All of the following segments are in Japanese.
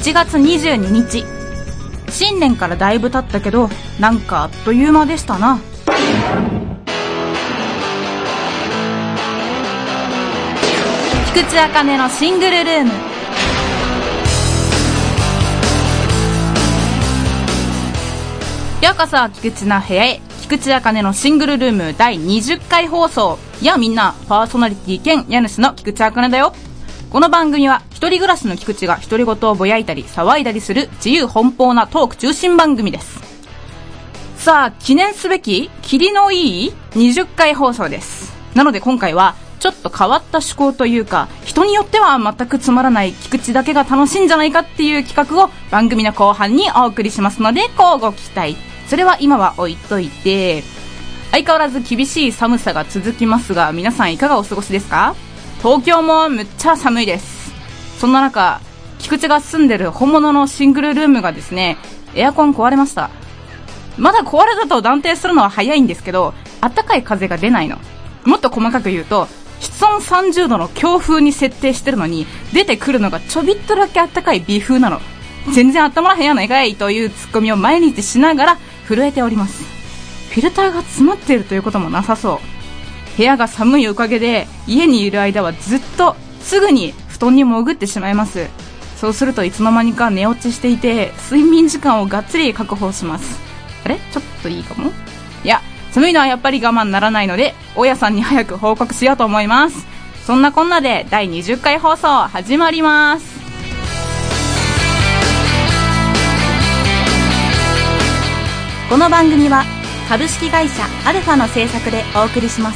1月22日。新年からだいぶ経ったけど、なんかあっという間でしたな。菊池茜のシングルルーム。ようこそ菊池の部屋へ。菊池茜のシングルルーム第20回放送。やあみんな、パーソナリティ兼家主の菊池茜だよ。この番組は一人暮らしの菊池が独り言をぼやいたり騒いだりする自由奔放なトーク中心番組です。さあ、記念すべきキリのいい20回放送です。なので今回はちょっと変わった趣向というか、人によっては全くつまらない菊池だけが楽しいんじゃないかっていう企画を番組の後半にお送りしますので、こうご期待。それは今は置いといて、相変わらず厳しい寒さが続きますが、皆さんいかがお過ごしですか？東京もむっちゃ寒いです。そんな中、菊池が住んでる本物のシングルルームがですね、エアコン壊れました。まだ壊れたと断定するのは早いんですけど、暖かい風が出ないの。もっと細かく言うと、室温30度の強風に設定してるのに、出てくるのがちょびっとだけ暖かい微風なの。全然温まらへんやないかいというツッコミを毎日しながら震えております。フィルターが詰まっているということもなさそう。部屋が寒いおかげで家にいる間はずっとすぐに布団に潜ってしまいます。そうするといつの間にか寝落ちしていて、睡眠時間をがっつり確保します。あれ？ちょっといいかも。いや、寒いのはやっぱり我慢ならないので、大家さんに早く報告しようと思います。そんなこんなで第20回放送始まります。この番組は株式会社アルファの制作でお送りします。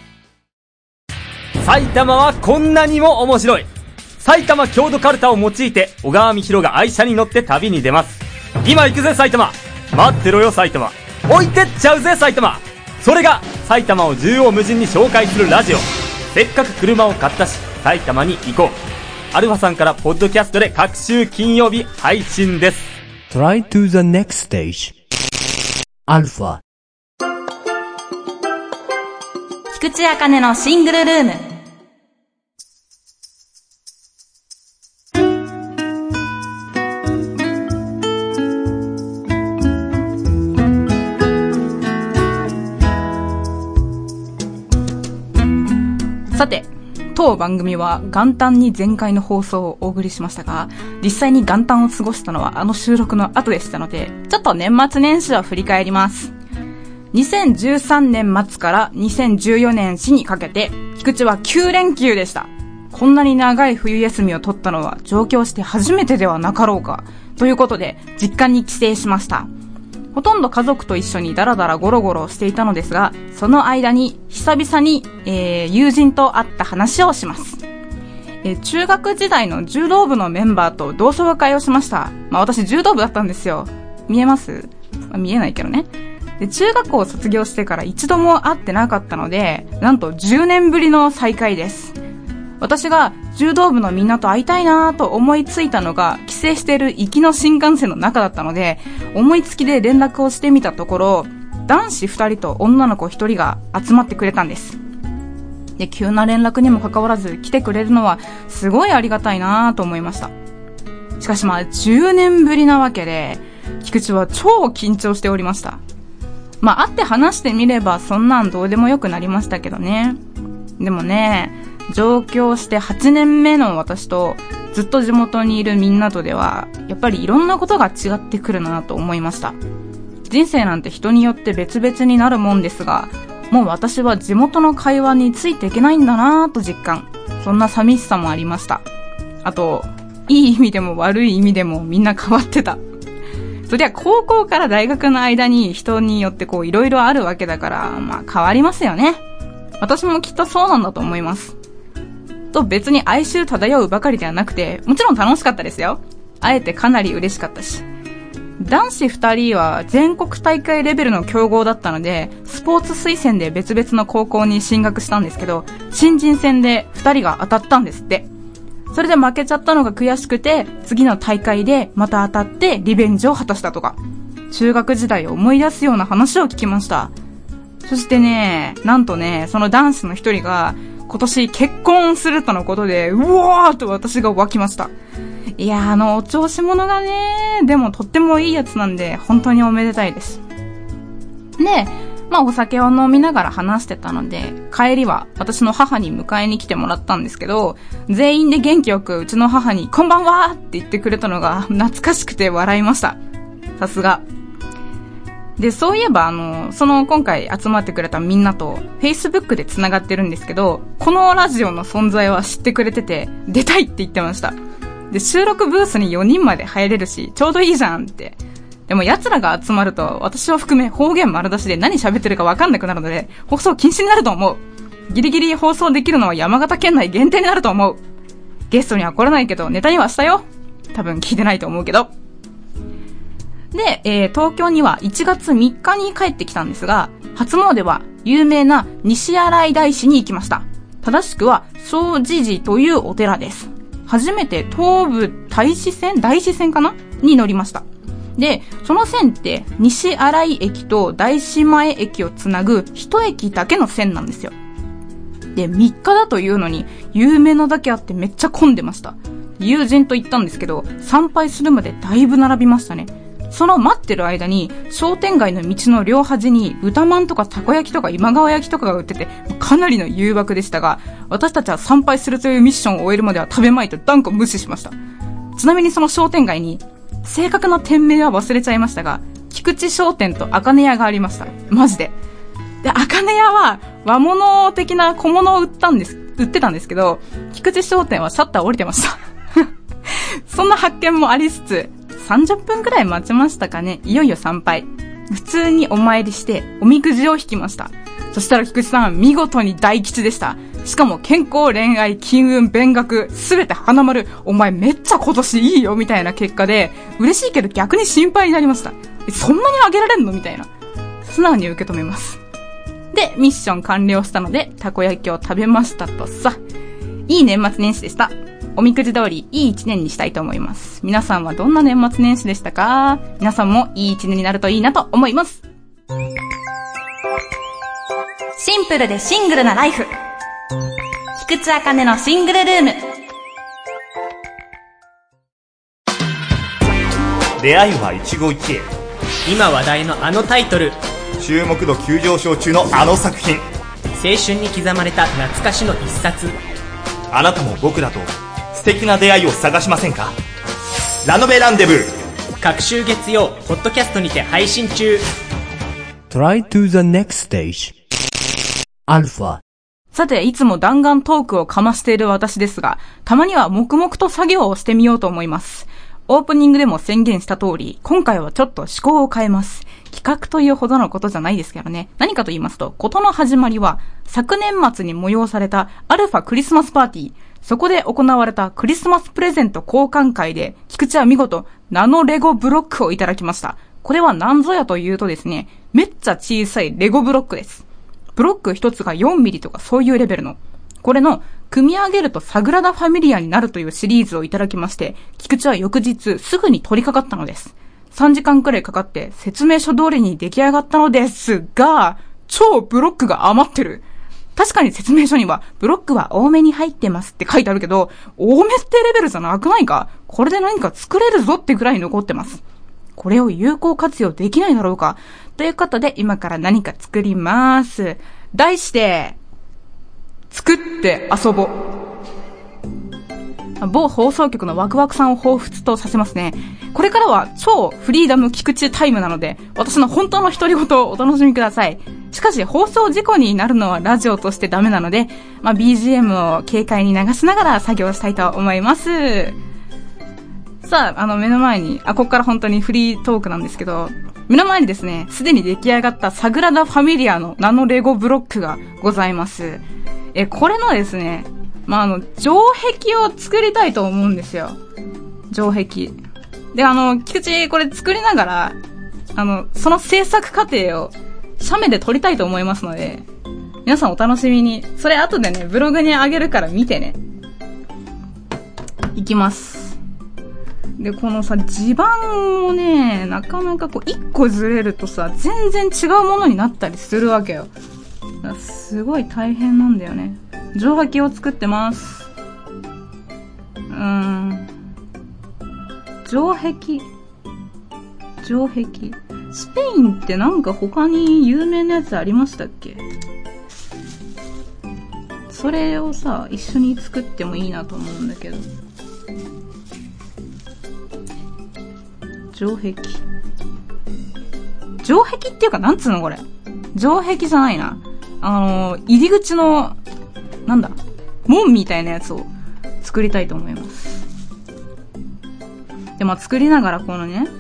埼玉はこんなにも面白い。埼玉郷土カルタを用いて小川美弘が愛車に乗って旅に出ます。今行くぜ埼玉、待ってろよ埼玉、置いてっちゃうぜ埼玉。それが埼玉を縦横無尽に紹介するラジオ。せっかく車を買ったし埼玉に行こう。アルファさんからポッドキャストで各週金曜日配信です。 Try to the next stage アルファ。 菊池茜のシングルルーム。さて、当番組は元旦に前回の放送をお送りしましたが、実際に元旦を過ごしたのはあの収録の後でしたので、ちょっと年末年始を振り返ります。2013年末から2014年始にかけて、菊池は9連休でした。こんなに長い冬休みを取ったのは上京して初めてではなかろうか。ということで、実家に帰省しました。ほとんど家族と一緒にダラダラゴロゴロしていたのですが、その間に久々に、友人と会った話をします。中学時代の柔道部のメンバーと同窓会をしました。私柔道部だったんですよ。見えます？見えないけどね。で、中学校を卒業してから一度も会ってなかったので、なんと10年ぶりの再会です。私が柔道部のみんなと会いたいなと思いついたのが、帰省している行きの新幹線の中だったので、思いつきで連絡をしてみたところ、男子2人と女の子1人が集まってくれたんです。で、急な連絡にもかかわらず来てくれるのはすごいありがたいなと思いました。しかし10年ぶりなわけで、菊池は超緊張しておりました。会って話してみればそんなんどうでもよくなりましたけどね。でもね、上京して8年目の私とずっと地元にいるみんなとでは、やっぱりいろんなことが違ってくるなと思いました。人生なんて人によって別々になるもんですが、もう私は地元の会話についていけないんだなと実感。そんな寂しさもありました。あと、いい意味でも悪い意味でもみんな変わってた。そりゃ高校から大学の間に人によっていろいろあるわけだから、変わりますよね。私もきっとそうなんだと思います。と別に哀愁漂うばかりではなくて、もちろん楽しかったですよ。会えてかなり嬉しかったし。男子2人は全国大会レベルの強豪だったので、スポーツ推薦で別々の高校に進学したんですけど、新人戦で2人が当たったんですって。それで負けちゃったのが悔しくて、次の大会でまた当たってリベンジを果たしたとか、中学時代を思い出すような話を聞きました。そしてね、なんとね、その男子の一人が今年結婚するとのことで、うわーと私が湧きました。 いやお調子者がね、でもとってもいいやつなんで、本当におめでたいです。で、お酒を飲みながら話してたので、帰りは私の母に迎えに来てもらったんですけど、全員で元気よくうちの母にこんばんはって言ってくれたのが懐かしくて笑いました。さすが。で、そういえば今回集まってくれたみんなと Facebook で繋がってるんですけど、このラジオの存在は知ってくれてて、出たいって言ってました。で、収録ブースに4人まで入れるし、ちょうどいいじゃんって。でも奴らが集まると、私を含め方言丸出しで何喋ってるか分かんなくなるので、放送禁止になると思う。ギリギリ放送できるのは山形県内限定になると思う。ゲストには来れないけど、ネタにはしたよ。多分聞いてないと思うけど。で、東京には1月3日に帰ってきたんですが、初詣は有名な西新井大師に行きました。正しくは、正持寺というお寺です。初めて東武大師線かなに乗りました。で、その線って西新井駅と大師前駅をつなぐ一駅だけの線なんですよ。で、3日だというのに有名なだけあってめっちゃ混んでました。友人と行ったんですけど、参拝するまでだいぶ並びましたね。その待ってる間に商店街の道の両端に豚まんとかたこ焼きとか今川焼きとかが売ってて、かなりの誘惑でしたが、私たちは参拝するというミッションを終えるまでは食べまいと断固無視しました。ちなみにその商店街に正確な店名は忘れちゃいましたが、菊池商店と茜屋がありました。マジで。で、茜屋は和物的な小物を売ってたんですけど、菊池商店はシャッター降りてました。そんな発見もありつつ、30分くらい待ちましたかね。いよいよ参拝。普通にお参りしておみくじを引きました。そしたら菊池さん見事に大吉でした。しかも健康、恋愛、金運、勉学すべて花丸。お前めっちゃ今年いいよみたいな結果で、嬉しいけど逆に心配になりました。そんなにあげられんのみたいな。素直に受け止めます。で、ミッション完了したのでたこ焼きを食べましたとさ。いい年末年始でした。おみくじ通りいい一年にしたいと思います。皆さんはどんな年末年始でしたか？皆さんもいい一年になるといいなと思います。シンプルでシングルなライフ。菊池茜のシングルルーム。 出会いは一期一会。 今話題のあのタイトル。 注目度急上昇中のあの作品。 青春に刻まれた懐かしの一冊。 あなたも僕らと素敵な出会いを探しませんか？ラノベランデブー。 各週月曜ポッドキャストにて配信中。 Try to the next stage. アルファ。 さて、いつも弾丸トークをかましている私ですが、たまには黙々と作業をしてみようと思います。オープニングでも宣言した通り、今回はちょっと趣向を変えます。企画というほどのことじゃないですけどね。何かと言いますと、ことの始まりは、昨年末に催されたアルファクリスマスパーティー。そこで行われたクリスマスプレゼント交換会で、菊池は見事、ナノレゴブロックをいただきました。これは何ぞやというとですね、めっちゃ小さいレゴブロックです。ブロック一つが4ミリとかそういうレベルの。これの、組み上げるとサグラダ・ファミリアになるというシリーズをいただきまして、菊池は翌日すぐに取り掛かったのです。3時間くらいかかって説明書通りに出来上がったのですが、超ブロックが余ってる。確かに説明書にはブロックは多めに入ってますって書いてあるけど、多めってレベルじゃなくないか？これで何か作れるぞってくらい残ってます。これを有効活用できないだろうか？ということで今から何か作ります。題して、作って遊ぼ。某放送局のワクワクさんを彷彿とさせますね。これからは超フリーダム菊池タイムなので、私の本当の独り言をお楽しみください。しかし放送事故になるのはラジオとしてダメなので、BGM を軽快に流しながら作業したいと思います。さあ、目の前に、ここから本当にフリートークなんですけど、目の前にですね、すでに出来上がったサグラダ・ファミリアのナノレゴブロックがございます。これのですね、城壁を作りたいと思うんですよ。城壁。で、菊池これ作りながら、その制作過程を写メで撮りたいと思いますので、皆さんお楽しみに。それ後でね、ブログに上げるから見てね。いきます。で、このさ、地盤もね、なかなか一個ずれるとさ、全然違うものになったりするわけよ。すごい大変なんだよね。城壁を作ってます。 城壁。スペインってなんか他に有名なやつありましたっけ？それをさ、一緒に作ってもいいなと思うんだけど。城壁っていうか、なんつうのこれ。城壁じゃないな。入り口の、なんだ、門みたいなやつを作りたいと思います。で、まあ、作りながらこのね、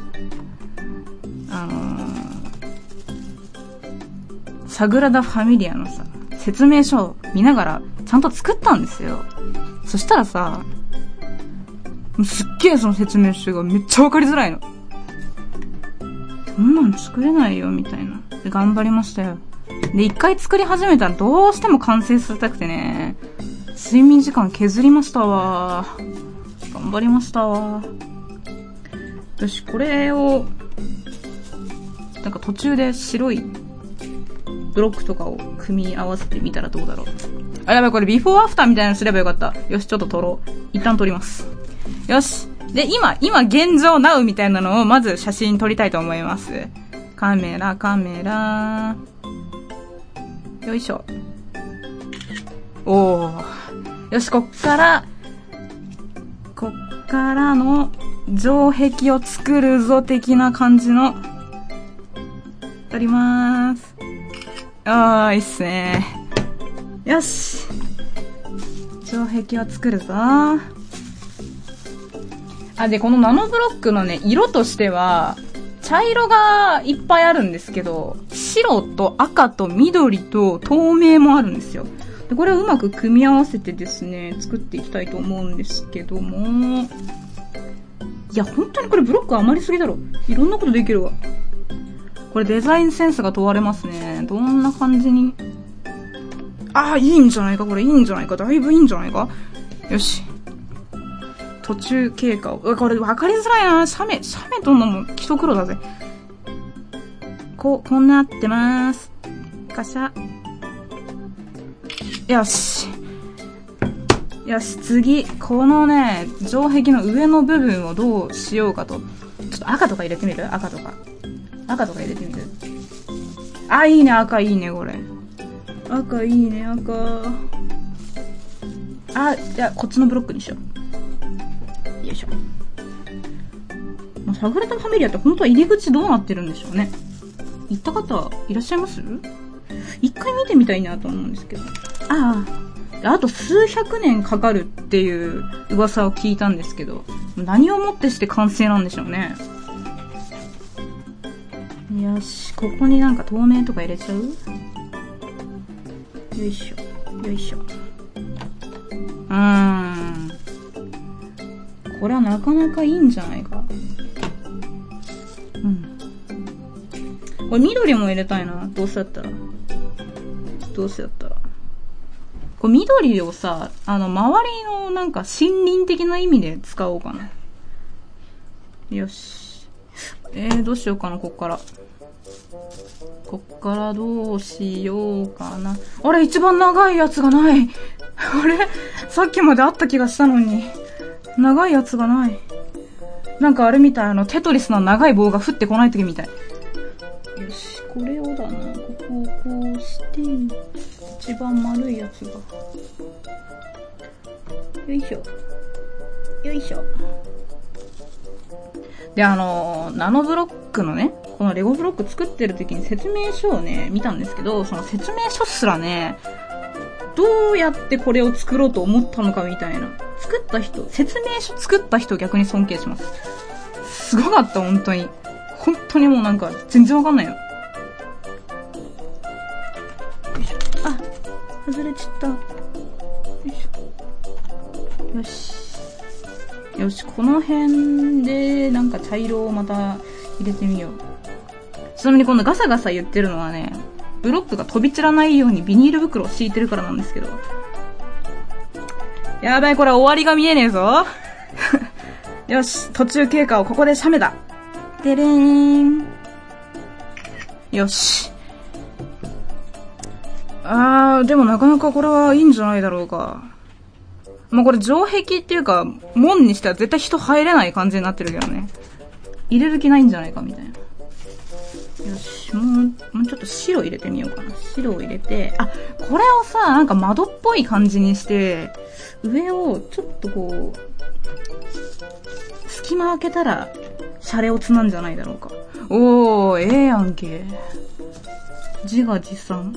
サグラダ・ファミリアのさ、説明書を見ながらちゃんと作ったんですよ。そしたらさ、すっげえその説明書がめっちゃわかりづらいの。そんなん作れないよみたいな。で、頑張りましたよ。で、一回作り始めたらどうしても完成させたくてね、睡眠時間削りましたわ。頑張りましたわ。よし、これをなんか途中で白いブロックとかを組み合わせてみたらどうだろう。あ、やばい、これビフォーアフターみたいなのすればよかった。よし、ちょっと撮ろう。一旦撮ります。よし。で、今現状ナウみたいなのをまず写真撮りたいと思います。カメラ。よいしょ。おー。よし、こっからの城壁を作るぞ的な感じの撮りまーす。あー、いいっすね。よし。城壁を作るぞ。あ、で、このナノブロックのね、色としては、茶色がいっぱいあるんですけど、白と赤と緑と透明もあるんですよ。で、これをうまく組み合わせてですね、作っていきたいと思うんですけども。いや、本当にこれブロック余りすぎだろ。いろんなことできるわ。これデザインセンスが問われますね。どんな感じに。ああ、いいんじゃないか、これいいんじゃないか、だいぶいいんじゃないか。よし。途中経過を。これ分かりづらいな。写メとんのも基礎黒だぜ。こんなってまーす。カシャ。よし。よし、次。このね、城壁の上の部分をどうしようかと。ちょっと赤とか入れてみる？赤とか入れてみる？あ、いいね、赤いいね、これ。赤いいね、赤。あ、じゃあ、こっちのブロックにしよう。よいしょ。サグラダ・ファミリアって本当は入り口どうなってるんでしょうね。行った方いらっしゃいます？一回見てみたいなと思うんですけど。あと数百年かかるっていう噂を聞いたんですけど、何をもってして完成なんでしょうね。よし、ここになんか透明とか入れちゃう？よいしょ。これはなかなかいいんじゃないか。これ緑も入れたいな。どうせやったら。これ緑をさ、周りのなんか森林的な意味で使おうかな。よし。どうしようかな、こっからどうしようかな。あれ、一番長いやつがない。あれ、さっきまであった気がしたのに。長いやつがない。なんかあれみたい、テトリスの長い棒が降ってこない時みたい。よし、これをだな。ここをこうして、一番丸いやつが。よいしょ。で、ナノブロックのね、このレゴブロック作ってる時に説明書をね、見たんですけど、その説明書すらね、どうやってこれを作ろうと思ったのかみたいな。説明書作った人を逆に尊敬します。すごかった、本当に。本当にもうなんか、全然わかんないよ。よいしょ。あ、外れちゃった。よいしょ。よし、この辺で、なんか茶色をまた入れてみよう。ちなみにこのガサガサ言ってるのはね、ブロックが飛び散らないようにビニール袋を敷いてるからなんですけど。やばい、これ終わりが見えねえぞ。よし、途中経過をここで写メだ。でれーん。よし。でもなかなかこれはいいんじゃないだろうか。 まあ、これ城壁っていうか、門にしては絶対人入れない感じになってるけどね。入れる気ないんじゃないかみたいな。よし、もうちょっと白入れてみようかな。白を入れて、あ、これをさ、なんか窓っぽい感じにして、上をちょっとこう、隙間開けたら、シャレオツなんじゃないだろうか。おー、ええやんけ。自画自賛。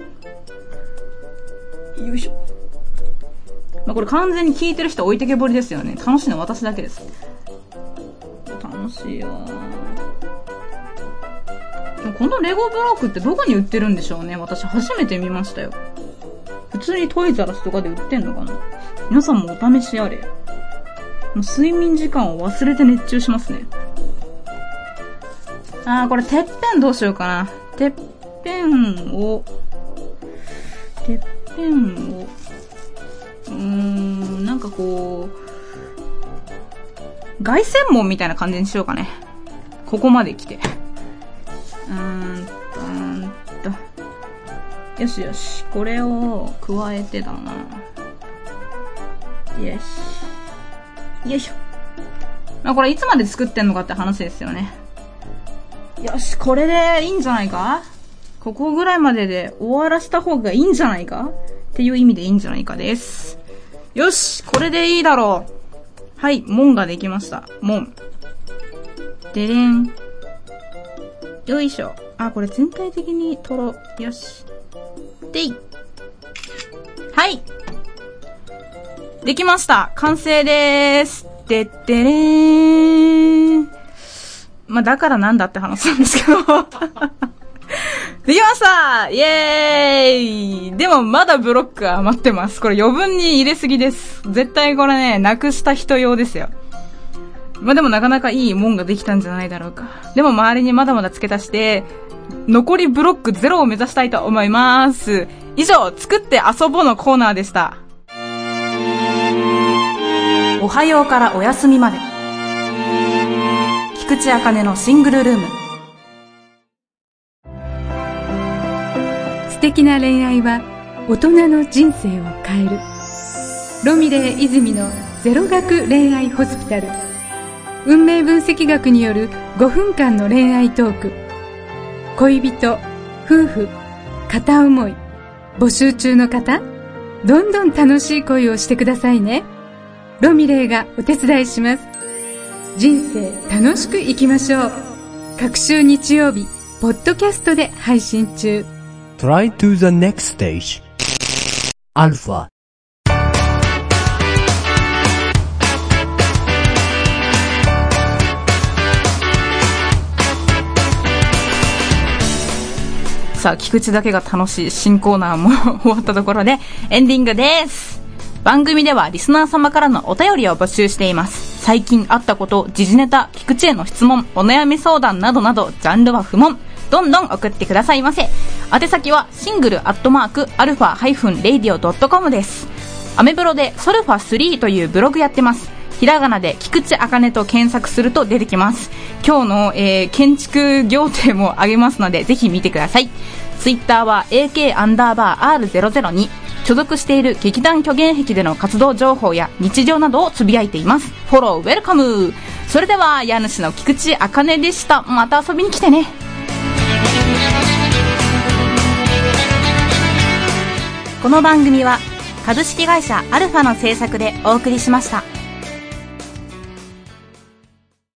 よいしょ。まあ、これ完全に聞いてる人置いてけぼりですよね。楽しいのは私だけです。楽しいわ。このレゴブロックってどこに売ってるんでしょうね。私初めて見ましたよ。普通にトイザらスとかで売ってんのかな。皆さんもお試しあれ。もう睡眠時間を忘れて熱中しますね。これてっぺんどうしようかな。てっぺんをなんかこう凱旋門みたいな感じにしようかね。ここまで来て。よしよし、これを加えてだな。よし。よいしょ。これいつまで作ってんのかって話ですよね。よし、これでいいんじゃないか？ここぐらいまでで終わらせた方がいいんじゃないかっていう意味でいいんじゃないかです。よし、これでいいだろう。はい、門ができました。門。でれん。よいしょ。これ全体的にとろ。よし。でい。はい。できました。完成でーす。でってれーん。だからなんだって話なんですけど。できましたイエーイ。でもまだブロック余ってます。これ余分に入れすぎです。絶対これね、なくした人用ですよ。でもなかなかいい門ができたんじゃないだろうか。でも周りにまだまだ付け足して、残りブロック0を目指したいと思います。以上、作って遊ぼうのコーナーでした。おはようからお休みまで。菊池茜のシングルルーム。 素敵な恋愛は大人の人生を変える。ロミレー泉のゼロ学恋愛ホスピタル。運命分析学による5分間の恋愛トーク。恋人、夫婦、片思い、募集中の方、どんどん楽しい恋をしてくださいね。ロミレーがお手伝いします。人生楽しく生きましょう。各週日曜日、ポッドキャストで配信中。 Try to the next stage. Alpha. さあ、菊池だけが楽しい新コーナーも終わったところでエンディングです。番組ではリスナー様からのお便りを募集しています。最近あったこと、時事ネタ、菊池への質問、お悩み相談などなど、ジャンルは不問。どんどん送ってくださいませ。宛先はsingle@alpha-radio.com です。アメブロでソルファ3というブログやってます。ひらがなで菊池茜と検索すると出てきます。今日の、建築行程もあげますのでぜひ見てください。ツイッターは AK_R002。所属している劇団虚言癖での活動情報や日常などをつぶやいています。フォローウェルカム。それでは家主の菊池茜でした。また遊びに来てね。この番組は株式会社アルファの制作でお送りしました。